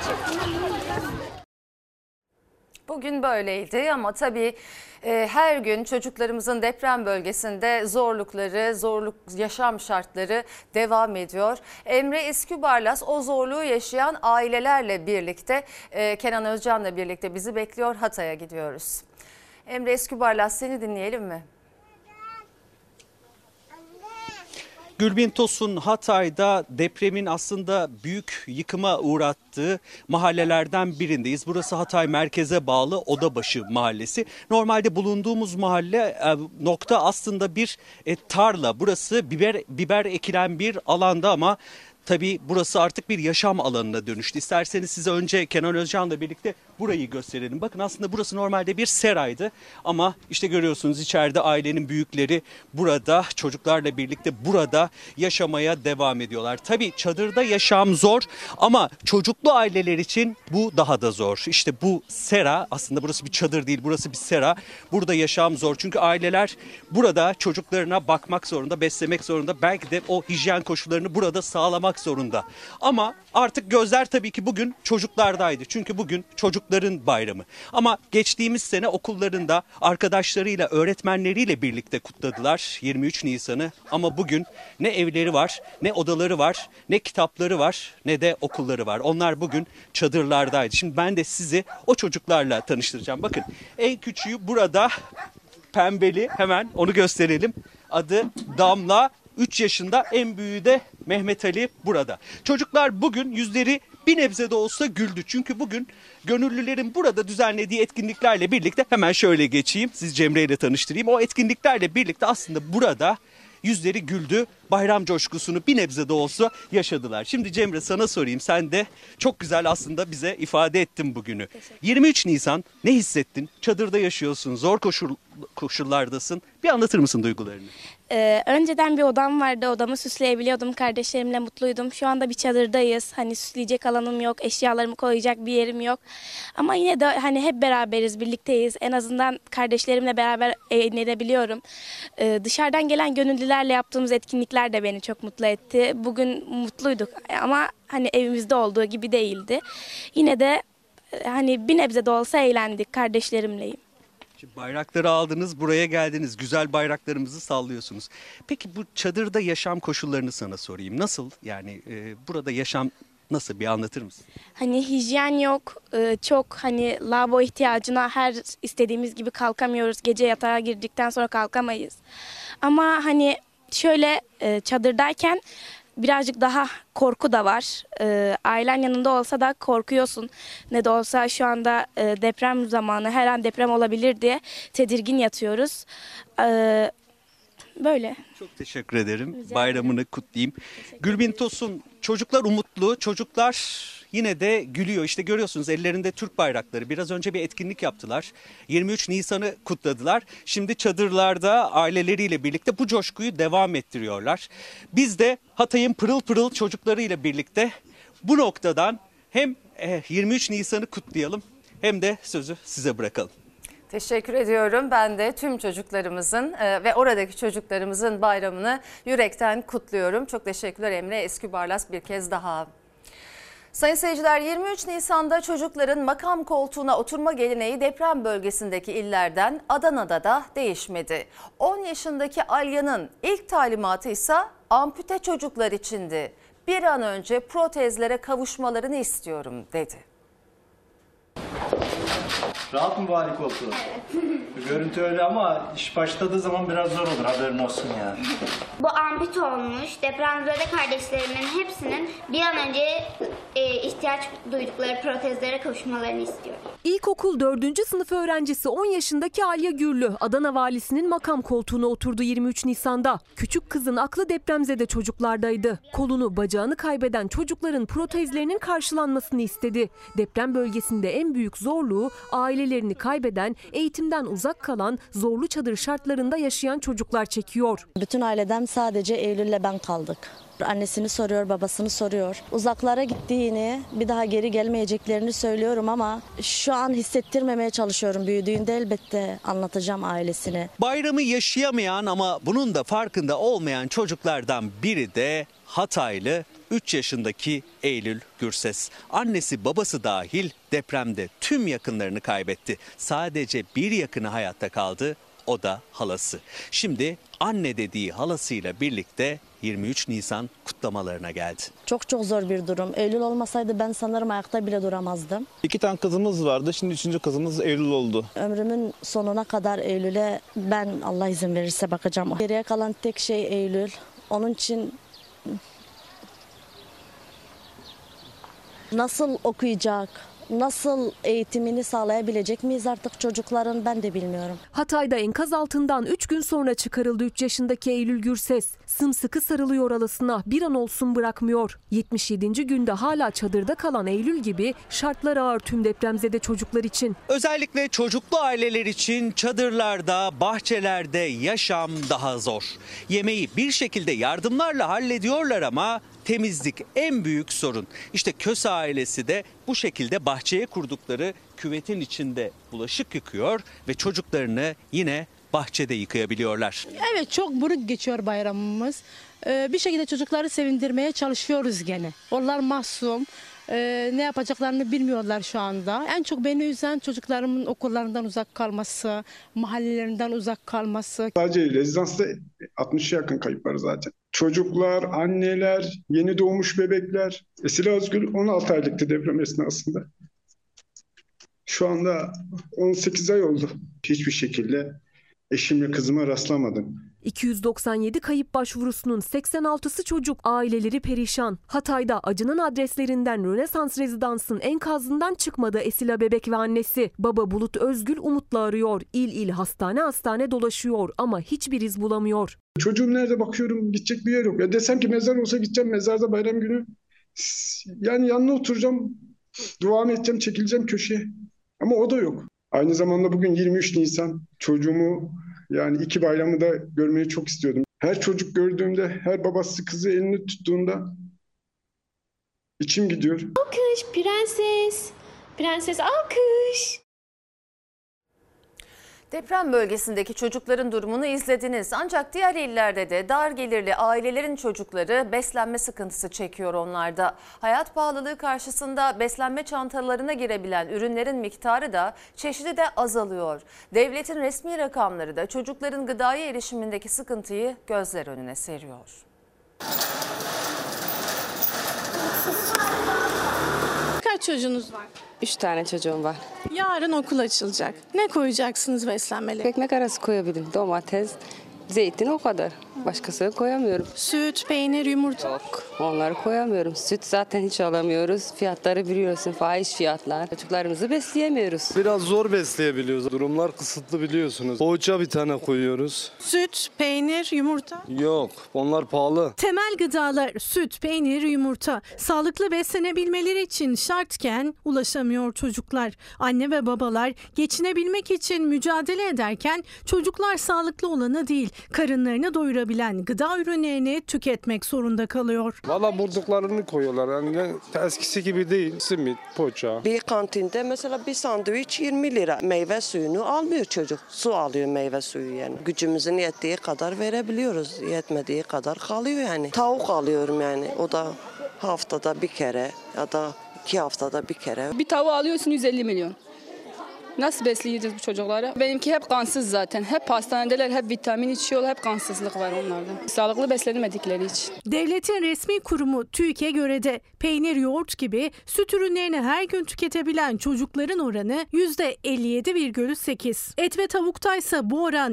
Bugün böyleydi ama tabii her gün çocuklarımızın deprem bölgesinde zorluk yaşam şartları devam ediyor. Emre Eskübarlas o zorluğu yaşayan ailelerle birlikte Kenan Özcan'la birlikte bizi bekliyor. Hatay'a gidiyoruz. Emre Eskübarlas, seni dinleyelim mi? Gülbin Tosun, Hatay'da depremin aslında büyük yıkıma uğrattığı mahallelerden birindeyiz. Burası Hatay merkeze bağlı Odabaşı mahallesi. Normalde bulunduğumuz mahalle nokta aslında bir tarla. Burası biber ekilen bir alanda ama tabii burası artık bir yaşam alanına dönüştü. İsterseniz size önce Kenan Özcan'la birlikte burayı gösterelim. Bakın aslında burası normalde bir seraydı ama işte görüyorsunuz içeride ailenin büyükleri burada, çocuklarla birlikte burada yaşamaya devam ediyorlar. Tabii çadırda yaşam zor ama çocuklu aileler için bu daha da zor. İşte bu sera, aslında burası bir çadır değil, burası bir sera. Burada yaşam zor çünkü aileler burada çocuklarına bakmak zorunda, beslemek zorunda. Belki de o hijyen koşullarını burada sağlamak zorunda. Ama artık gözler tabii ki bugün çocuklardaydı. Çünkü bugün çocuklar çocukların bayramı. Ama geçtiğimiz sene okullarında arkadaşlarıyla, öğretmenleriyle birlikte kutladılar 23 Nisan'ı. Ama bugün ne evleri var, ne odaları var, ne kitapları var, ne de okulları var. Onlar bugün çadırlardaydı. Şimdi ben de sizi o çocuklarla tanıştıracağım. Bakın en küçüğü burada, pembeli, hemen onu gösterelim. Adı Damla, 3 yaşında, en büyüğü de Mehmet Ali burada. Çocuklar bugün yüzleri bir nebze de olsa güldü. Çünkü bugün gönüllülerin burada düzenlediği etkinliklerle birlikte, hemen şöyle geçeyim, siz Cemre ile tanıştırayım. O etkinliklerle birlikte aslında burada yüzleri güldü, bayram coşkusunu bir nebze de olsa yaşadılar. Şimdi Cemre, sana sorayım, sen de çok güzel aslında bize ifade ettin bugünü. 23 Nisan ne hissettin? Çadırda yaşıyorsun, zor koşullardasın. Bir anlatır mısın duygularını? Önceden bir odam vardı. Odamı süsleyebiliyordum. Kardeşlerimle mutluydum. Şu anda bir çadırdayız. Hani süsleyecek alanım yok. Eşyalarımı koyacak bir yerim yok. Ama yine de hani hep beraberiz, birlikteyiz. En azından kardeşlerimle beraber eğlenebiliyorum. Dışarıdan gelen gönüllülerle yaptığımız etkinlikler de beni çok mutlu etti. Bugün mutluyduk ama hani evimizde olduğu gibi değildi. Yine de hani bir nebze de olsa eğlendik, kardeşlerimleyim. Şimdi bayrakları aldınız, buraya geldiniz, güzel bayraklarımızı sallıyorsunuz. Peki bu çadırda yaşam koşullarını sana sorayım. Nasıl, yani burada yaşam nasıl, bir anlatır mısın? Hani hijyen yok, çok hani lavabo ihtiyacına her istediğimiz gibi kalkamıyoruz. Gece yatağa girdikten sonra kalkamayız. Ama hani şöyle çadırdayken birazcık daha korku da var. Ailen yanında olsa da korkuyorsun. Ne de olsa şu anda deprem zamanı, her an deprem olabilir diye tedirgin yatıyoruz. Böyle. Çok teşekkür ederim. Bayramını kutlayayım. Gülbin Tosun, çocuklar umutlu, çocuklar yine de gülüyor. İşte görüyorsunuz ellerinde Türk bayrakları. Biraz önce bir etkinlik yaptılar. 23 Nisan'ı kutladılar. Şimdi çadırlarda aileleriyle birlikte bu coşkuyu devam ettiriyorlar. Biz de Hatay'ın pırıl pırıl çocuklarıyla birlikte bu noktadan hem 23 Nisan'ı kutlayalım hem de sözü size bırakalım. Teşekkür ediyorum. Ben de tüm çocuklarımızın ve oradaki çocuklarımızın bayramını yürekten kutluyorum. Çok teşekkürler Emre Eskübarlas bir kez daha. Sayın seyirciler, 23 Nisan'da çocukların makam koltuğuna oturma geleneği deprem bölgesindeki illerden Adana'da da değişmedi. 10 yaşındaki Alya'nın ilk talimatı ise ampute çocuklar içindi. Bir an önce protezlere kavuşmalarını istiyorum dedi. Rahat mı bari koltuğu? Görüntü öyle ama iş başladığı zaman biraz zor olur, haberin olsun yani. Bu ampute olmuş depremzede kardeşlerimin hepsinin bir an önce ihtiyaç duydukları protezlere kavuşmalarını istiyorum. İlkokul 4. sınıf öğrencisi 10 yaşındaki Alya Gürlü, Adana valisinin makam koltuğuna oturdu 23 Nisan'da. Küçük kızın aklı depremzede çocuklardaydı. Kolunu, bacağını kaybeden çocukların protezlerinin karşılanmasını istedi. Deprem bölgesinde en büyük zorluğu ailelerini kaybeden, eğitimden uzak kalan, zorlu çadır şartlarında yaşayan çocuklar çekiyor. Bütün aileden sadece Eylül'le ben kaldık. Annesini soruyor, babasını soruyor. Uzaklara gittiğini, bir daha geri gelmeyeceklerini söylüyorum ama şu an hissettirmemeye çalışıyorum. Büyüdüğünde elbette anlatacağım ailesine. Bayramı yaşayamayan ama bunun da farkında olmayan çocuklardan biri de Hataylı 3 yaşındaki Eylül Gürses. Annesi babası dahil depremde tüm yakınlarını kaybetti. Sadece bir yakını hayatta kaldı, o da halası. Şimdi anne dediği halasıyla birlikte 23 Nisan kutlamalarına geldi. Çok zor bir durum. Eylül olmasaydı ben sanırım ayakta bile duramazdım. 2 tane kızımız vardı. Şimdi 3. kızımız Eylül oldu. Ömrümün sonuna kadar Eylül'e ben Allah izin verirse bakacağım. Geriye kalan tek şey Eylül. Onun için nasıl okuyacak, nasıl eğitimini sağlayabilecek miyiz artık çocukların, ben de bilmiyorum. Hatay'da enkaz altından 3 gün sonra çıkarıldı 3 yaşındaki Eylül Gürses. Sımsıkı sarılıyor halasına, bir an olsun bırakmıyor. 77. günde hala çadırda kalan Eylül gibi şartlar ağır tüm depremzede çocuklar için. Özellikle çocuklu aileler için çadırlarda, bahçelerde yaşam daha zor. Yemeği bir şekilde yardımlarla hallediyorlar ama temizlik en büyük sorun. İşte Köse ailesi de bu şekilde bahçeye kurdukları küvetin içinde bulaşık yıkıyor ve çocuklarını yine bahçede yıkayabiliyorlar. Evet, çok buruk geçiyor bayramımız. Bir şekilde çocukları sevindirmeye çalışıyoruz gene. Onlar masum. Ne yapacaklarını bilmiyorlar şu anda. En çok beni üzen çocuklarımın okullarından uzak kalması, mahallelerinden uzak kalması. Sadece rezidansta 60'a yakın kayıp var zaten. Çocuklar, anneler, yeni doğmuş bebekler. Esila Özgül 16 aylıktı deprem esnasında. Şu anda 18 ay oldu. Hiçbir şekilde eşimle kızıma rastlamadım. 297 kayıp başvurusunun 86'sı çocuk, aileleri perişan. Hatay'da acının adreslerinden Rönesans Rezidans'ın enkazından çıkmadı Esila bebek ve annesi. Baba Bulut Özgül umutla arıyor. İl il hastane hastane dolaşıyor ama hiçbir iz bulamıyor. Çocuğum nerede bakıyorum, gidecek bir yer yok. Ya desem ki mezar olsa gideceğim, mezarda bayram günü. Yani yanına oturacağım, duamı edeceğim, çekileceğim köşeye. Ama o da yok. Aynı zamanda bugün 23 Nisan, çocuğumu yani 2 bayramı da görmeyi çok istiyordum. Her çocuk gördüğümde, her babası kızı elini tuttuğunda içim gidiyor. Alkış prenses, prenses alkış. Deprem bölgesindeki çocukların durumunu izlediniz. Ancak diğer illerde de dar gelirli ailelerin çocukları beslenme sıkıntısı çekiyor onlarda. Hayat pahalılığı karşısında beslenme çantalarına girebilen ürünlerin miktarı da çeşidi de azalıyor. Devletin resmi rakamları da çocukların gıdaya erişimindeki sıkıntıyı gözler önüne seriyor. Kaç çocuğunuz var? 3 tane çocuğum var. Yarın okul açılacak. Ne koyacaksınız beslenmeli? Ekmek arası koyabilirim. Domates, zeytin o kadar. Başkasını koyamıyorum. Süt, peynir, yumurta. Yok, onları koyamıyorum. Süt zaten hiç alamıyoruz. Fiyatları biliyorsun, fahiş fiyatlar. Çocuklarımızı besleyemiyoruz. Biraz zor besleyebiliyoruz. Durumlar kısıtlı biliyorsunuz. Poğaça bir tane koyuyoruz. Süt, peynir, yumurta. Yok, onlar pahalı. Temel gıdalar süt, peynir, yumurta. Sağlıklı beslenebilmeleri için şartken ulaşamıyor çocuklar. Anne ve babalar geçinebilmek için mücadele ederken çocuklar sağlıklı olanı değil, karınlarını doyurabilen gıda ürünlerini tüketmek zorunda kalıyor. Valla bulduklarını koyuyorlar. Yani eskisi gibi değil. Simit, poğaça. Bir kantinde mesela bir sandviç 20 lira. Meyve suyunu almıyor çocuk. Su alıyor, meyve suyu yani. Gücümüzün yettiği kadar verebiliyoruz. Yetmediği kadar kalıyor yani. Tavuk alıyorum yani. O da haftada bir kere ya da 2 haftada bir kere. Bir tavuğu alıyorsun 150 milyon. Nasıl besleyeceğiz bu çocukları? Benimki hep kansız zaten. Hep hastanedeler, hep vitamin içiyorlar, hep kansızlık var onlarda. Sağlıklı beslenemedikleri için. Devletin resmi kurumu TÜİK'e göre de peynir, yoğurt gibi süt ürünlerini her gün tüketebilen çocukların oranı %57,8. Et ve tavuktaysa bu oran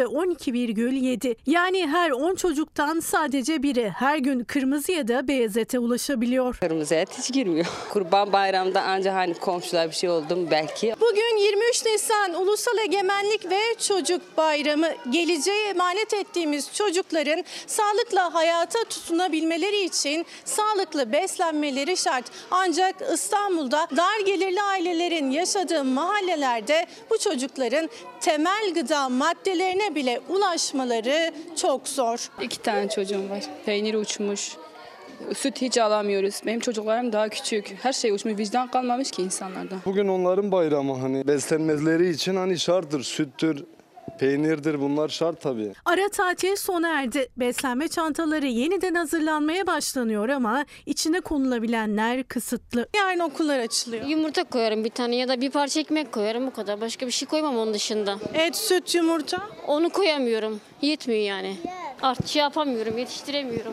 %12,7. Yani her 10 çocuktan sadece biri her gün kırmızı ya da beyaz ete ulaşabiliyor. Kırmızı et hiç girmiyor. Kurban Bayramı'nda ancak hani komşular bir şey oldu mu belki. Bugün 23 Nisan Ulusal Egemenlik ve Çocuk Bayramı. Geleceğe emanet ettiğimiz çocukların sağlıkla hayata tutunabilmeleri için sağlıklı beslenmeleri şart. Ancak İstanbul'da dar gelirli ailelerin yaşadığı mahallelerde bu çocukların temel gıda maddelerine bile ulaşmaları çok zor. 2 tane çocuğum var. Peynir uçmuş. Süt hiç alamıyoruz. Benim çocuklarım daha küçük. Her şey uçmuş. Vicdan kalmamış ki insanlardan. Bugün onların bayramı hani beslenmeleri için hani şarttır. Süttür, peynirdir bunlar şart tabii. Ara tatil sona erdi. Beslenme çantaları yeniden hazırlanmaya başlanıyor ama içine konulabilenler kısıtlı. Yarın okullar açılıyor. Yumurta koyarım bir tane ya da bir parça ekmek koyarım, bu kadar. Başka bir şey koymam onun dışında. Et, süt, yumurta? Onu koyamıyorum. Yetmiyor yani. Artık yapamıyorum, yetiştiremiyorum.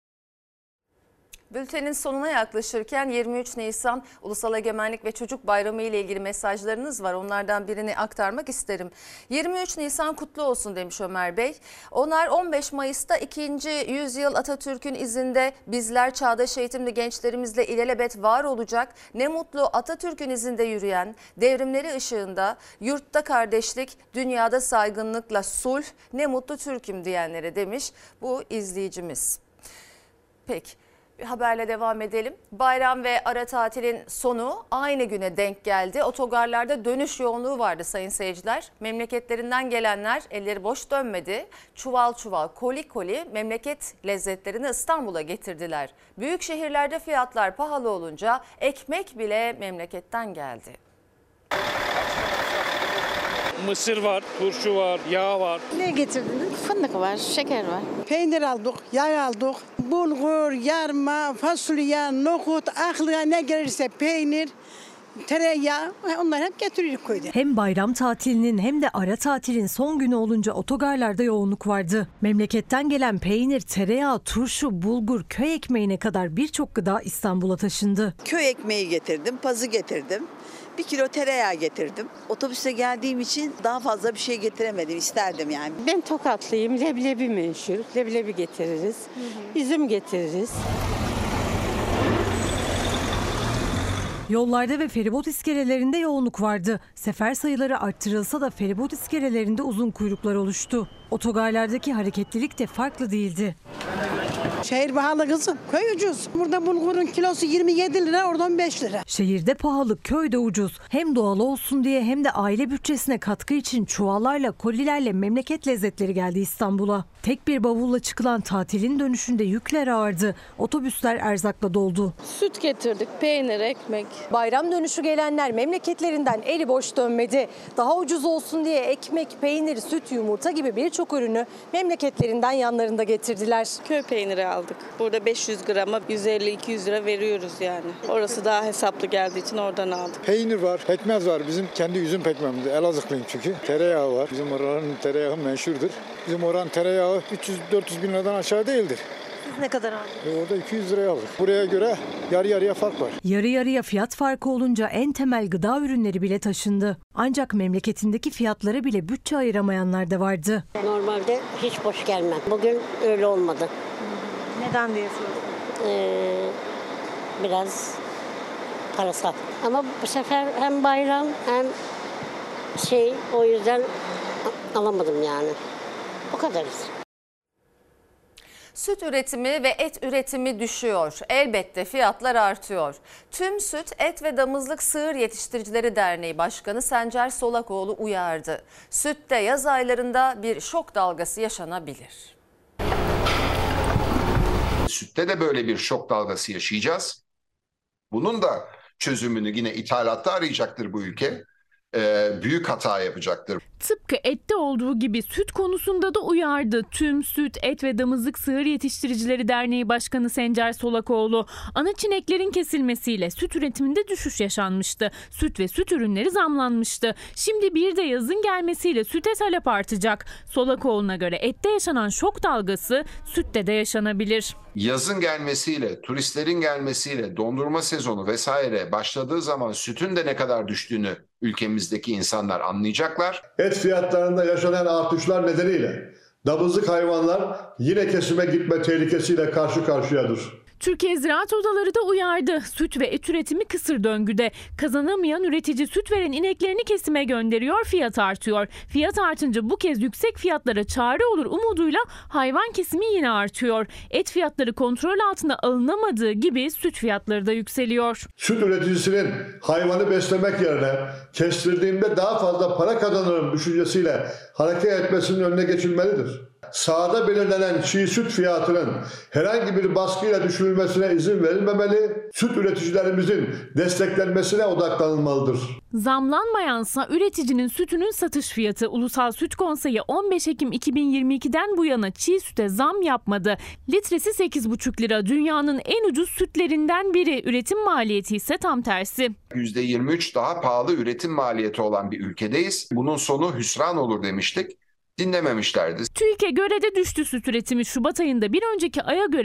Bültenin sonuna yaklaşırken 23 Nisan Ulusal Egemenlik ve Çocuk Bayramı ile ilgili mesajlarınız var. Onlardan birini aktarmak isterim. 23 Nisan kutlu olsun demiş Ömer Bey. Onlar 15 Mayıs'ta 2. yüzyıl Atatürk'ün izinde bizler çağdaş eğitimli gençlerimizle ilelebet var olacak. Ne mutlu Atatürk'ün izinde yürüyen, devrimleri ışığında yurtta kardeşlik, dünyada saygınlıkla sulh, ne mutlu Türk'üm diyenlere demiş bu izleyicimiz. Peki. Bir haberle devam edelim. Bayram ve ara tatilin sonu aynı güne denk geldi. Otogarlarda dönüş yoğunluğu vardı sayın seyirciler. Memleketlerinden gelenler elleri boş dönmedi. Çuval çuval, koli koli memleket lezzetlerini İstanbul'a getirdiler. Büyük şehirlerde fiyatlar pahalı olunca ekmek bile memleketten geldi. Mısır var, turşu var, yağ var. Ne getirdiniz? Fındık var, şeker var. Peynir aldık, yağ aldık. bulgur, yarma, fasulye, nohut, aklına ne gelirse peynir, tereyağı, onlar hep getiriyoruz köyde. Hem bayram tatilinin hem de ara tatilin son günü olunca otogarlarda yoğunluk vardı. Memleketten gelen peynir, tereyağı, turşu, bulgur, köy ekmeğine kadar birçok gıda İstanbul'a taşındı. Köy ekmeği getirdim, pazı getirdim. 1 kilo tereyağı getirdim. Otobüse geldiğim için daha fazla bir şey getiremedim, isterdim yani. Ben Tokatlıyım, leblebi meşhur. Leblebi getiririz, üzüm getiririz. Yollarda ve feribot iskelelerinde yoğunluk vardı. Sefer sayıları arttırılsa da feribot iskelelerinde uzun kuyruklar oluştu. Otogarlardaki hareketlilik de farklı değildi. Şehir pahalı kızım, köy ucuz. Burada bulgurun kilosu 27 lira, oradan 5 lira. Şehirde pahalı, köyde ucuz. Hem doğal olsun diye hem de aile bütçesine katkı için çuvallarla, kolilerle memleket lezzetleri geldi İstanbul'a. Tek bir bavulla çıkılan tatilin dönüşünde yükler ağırdı. Otobüsler erzakla doldu. Süt getirdik, peynir, ekmek. Bayram dönüşü gelenler memleketlerinden eli boş dönmedi. Daha ucuz olsun diye ekmek, peynir, süt, yumurta gibi birçok ürünü memleketlerinden yanlarında getirdiler. Köy peyniri aldık. Burada 500 grama 150-200 lira veriyoruz yani. Orası daha hesaplı geldiği için oradan aldık. Peynir var, pekmez var. Bizim kendi üzüm pekmemiz. Elazığlıyım çünkü. Tereyağı var. Bizim oranın tereyağı meşhurdur. Bizim oranın tereyağı 300-400 bin liradan aşağı değildir. Siz ne kadar aldınız? Orada 200 liraya aldık. Buraya göre yarı yarıya fark var. Yarı yarıya fiyat farkı olunca en temel gıda ürünleri bile taşındı. Ancak memleketindeki fiyatlara bile bütçe ayıramayanlar da vardı. Normalde hiç boş gelmem. Bugün öyle olmadı. Neden diye soruyorum. Biraz parasal. Ama bu sefer hem bayram hem o yüzden alamadım yani. O kadar. Süt üretimi ve et üretimi düşüyor. Elbette fiyatlar artıyor. Tüm Süt, Et ve Damızlık Sığır Yetiştiricileri Derneği Başkanı Sencer Solakoğlu uyardı. Sütte yaz aylarında bir şok dalgası yaşanabilir. Sütte de böyle bir şok dalgası yaşayacağız. Bunun da çözümünü yine ithalatta arayacaktır bu ülke. Büyük hata yapacaktır. Tıpkı ette olduğu gibi süt konusunda da uyardı. Tüm Süt, Et ve Damızlık Sığır Yetiştiricileri Derneği Başkanı Sencer Solakoğlu. Ana çineklerin kesilmesiyle süt üretiminde düşüş yaşanmıştı. Süt ve süt ürünleri zamlanmıştı. Şimdi bir de yazın gelmesiyle süte talep artacak. Solakoğlu'na göre ette yaşanan şok dalgası sütte de yaşanabilir. Yazın gelmesiyle, turistlerin gelmesiyle, dondurma sezonu vesaire başladığı zaman sütün de ne kadar düştüğünü ülkemizdeki insanlar anlayacaklar. Et fiyatlarında yaşanan artışlar nedeniyle damızlık hayvanlar yine kesime gitme tehlikesiyle karşı karşıyadır. Türkiye Ziraat Odaları da uyardı. Süt ve et üretimi kısır döngüde. Kazanamayan üretici süt veren ineklerini kesime gönderiyor, fiyat artıyor. Fiyat artınca bu kez yüksek fiyatlara çare olur umuduyla hayvan kesimi yine artıyor. Et fiyatları kontrol altına alınamadığı gibi süt fiyatları da yükseliyor. Süt üreticisinin hayvanı beslemek yerine kestirdiğimde daha fazla para kazanırım düşüncesiyle hareket etmesinin önüne geçilmelidir. Sahada belirlenen çiğ süt fiyatının herhangi bir baskıyla düşürülmesine izin verilmemeli, süt üreticilerimizin desteklenmesine odaklanılmalıdır. Zamlanmayansa üreticinin sütünün satış fiyatı. Ulusal Süt Konseyi 15 Ekim 2022'den bu yana çiğ süte zam yapmadı. Litresi 8,5 lira. Dünyanın en ucuz sütlerinden biri. Üretim maliyeti ise tam tersi. %23 daha pahalı üretim maliyeti olan bir ülkedeyiz. Bunun sonu hüsran olur demiştik. Dinlememişlerdi. TÜİK'e göre de düştü süt üretimi. Şubat ayında bir önceki aya göre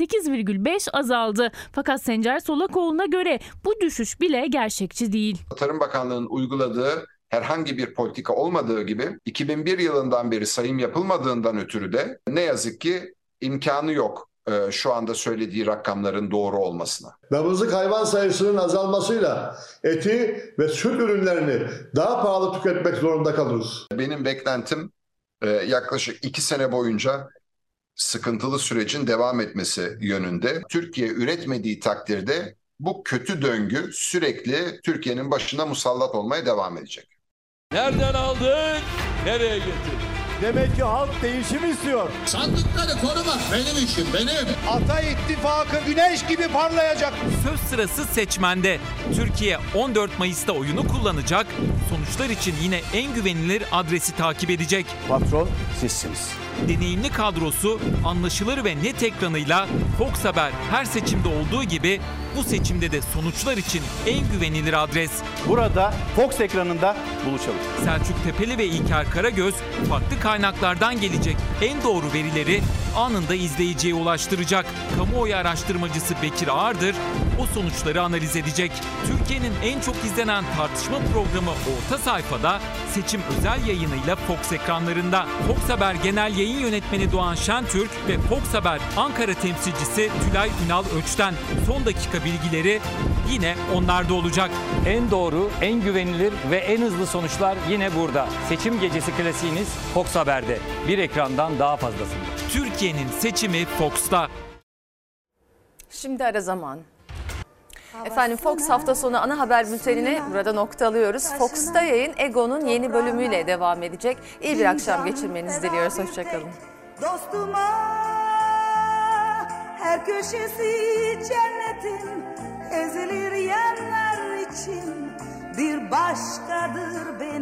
%8,5 azaldı. Fakat Sencer Solakoğlu'na göre bu düşüş bile gerçekçi değil. Tarım Bakanlığı'nın uyguladığı herhangi bir politika olmadığı gibi 2001 yılından beri sayım yapılmadığından ötürü de ne yazık ki imkanı yok şu anda söylediği rakamların doğru olmasına. Damızlık hayvan sayısının azalmasıyla eti ve süt ürünlerini daha pahalı tüketmek zorunda kalırız. Benim beklentim yaklaşık 2 sene boyunca sıkıntılı sürecin devam etmesi yönünde. Türkiye üretmediği takdirde bu kötü döngü sürekli Türkiye'nin başına musallat olmaya devam edecek. Nereden aldın? Nereye getirdin? Demek ki halk değişim istiyor. Sandıkları korumak benim işim, benim. Ata İttifakı güneş gibi parlayacak. Söz sırası seçmende. Türkiye 14 Mayıs'ta oyunu kullanacak. Sonuçlar için yine en güvenilir adresi takip edecek. Patron sizsiniz. deneyimli kadrosu, anlaşılır ve net ekranıyla Fox Haber her seçimde olduğu gibi bu seçimde de sonuçlar için en güvenilir adres. Burada Fox ekranında buluşalım. Selçuk Tepeli ve İlker Karagöz farklı kaynaklardan gelecek en doğru verileri anında izleyiciye ulaştıracak. Kamuoyu araştırmacısı Bekir Ağırdır o sonuçları analiz edecek. Türkiye'nin en çok izlenen tartışma programı Orta Sayfa'da seçim özel yayınıyla Fox ekranlarında. Fox Haber Genel Yayın Yönetmeni Doğan Şentürk ve Fox Haber Ankara temsilcisi Tülay Ünal Öç'ten son dakika bilgileri yine onlarda olacak. En doğru, en güvenilir ve en hızlı sonuçlar yine burada. Seçim gecesi klasiğiniz Fox Haber'de. Bir ekrandan daha fazlasında. Türkiye'nin seçimi Fox'ta. Şimdi ara zaman. Efendim Fox hafta sonu ana haber bültenine burada nokta alıyoruz. Fox'ta yayın Ego'nun yeni bölümüyle devam edecek. İyi bir akşam geçirmenizi diliyoruz. Hoşçakalın. Dostuma her köşesi cennetin ezilir yerler için bir başkadır benim.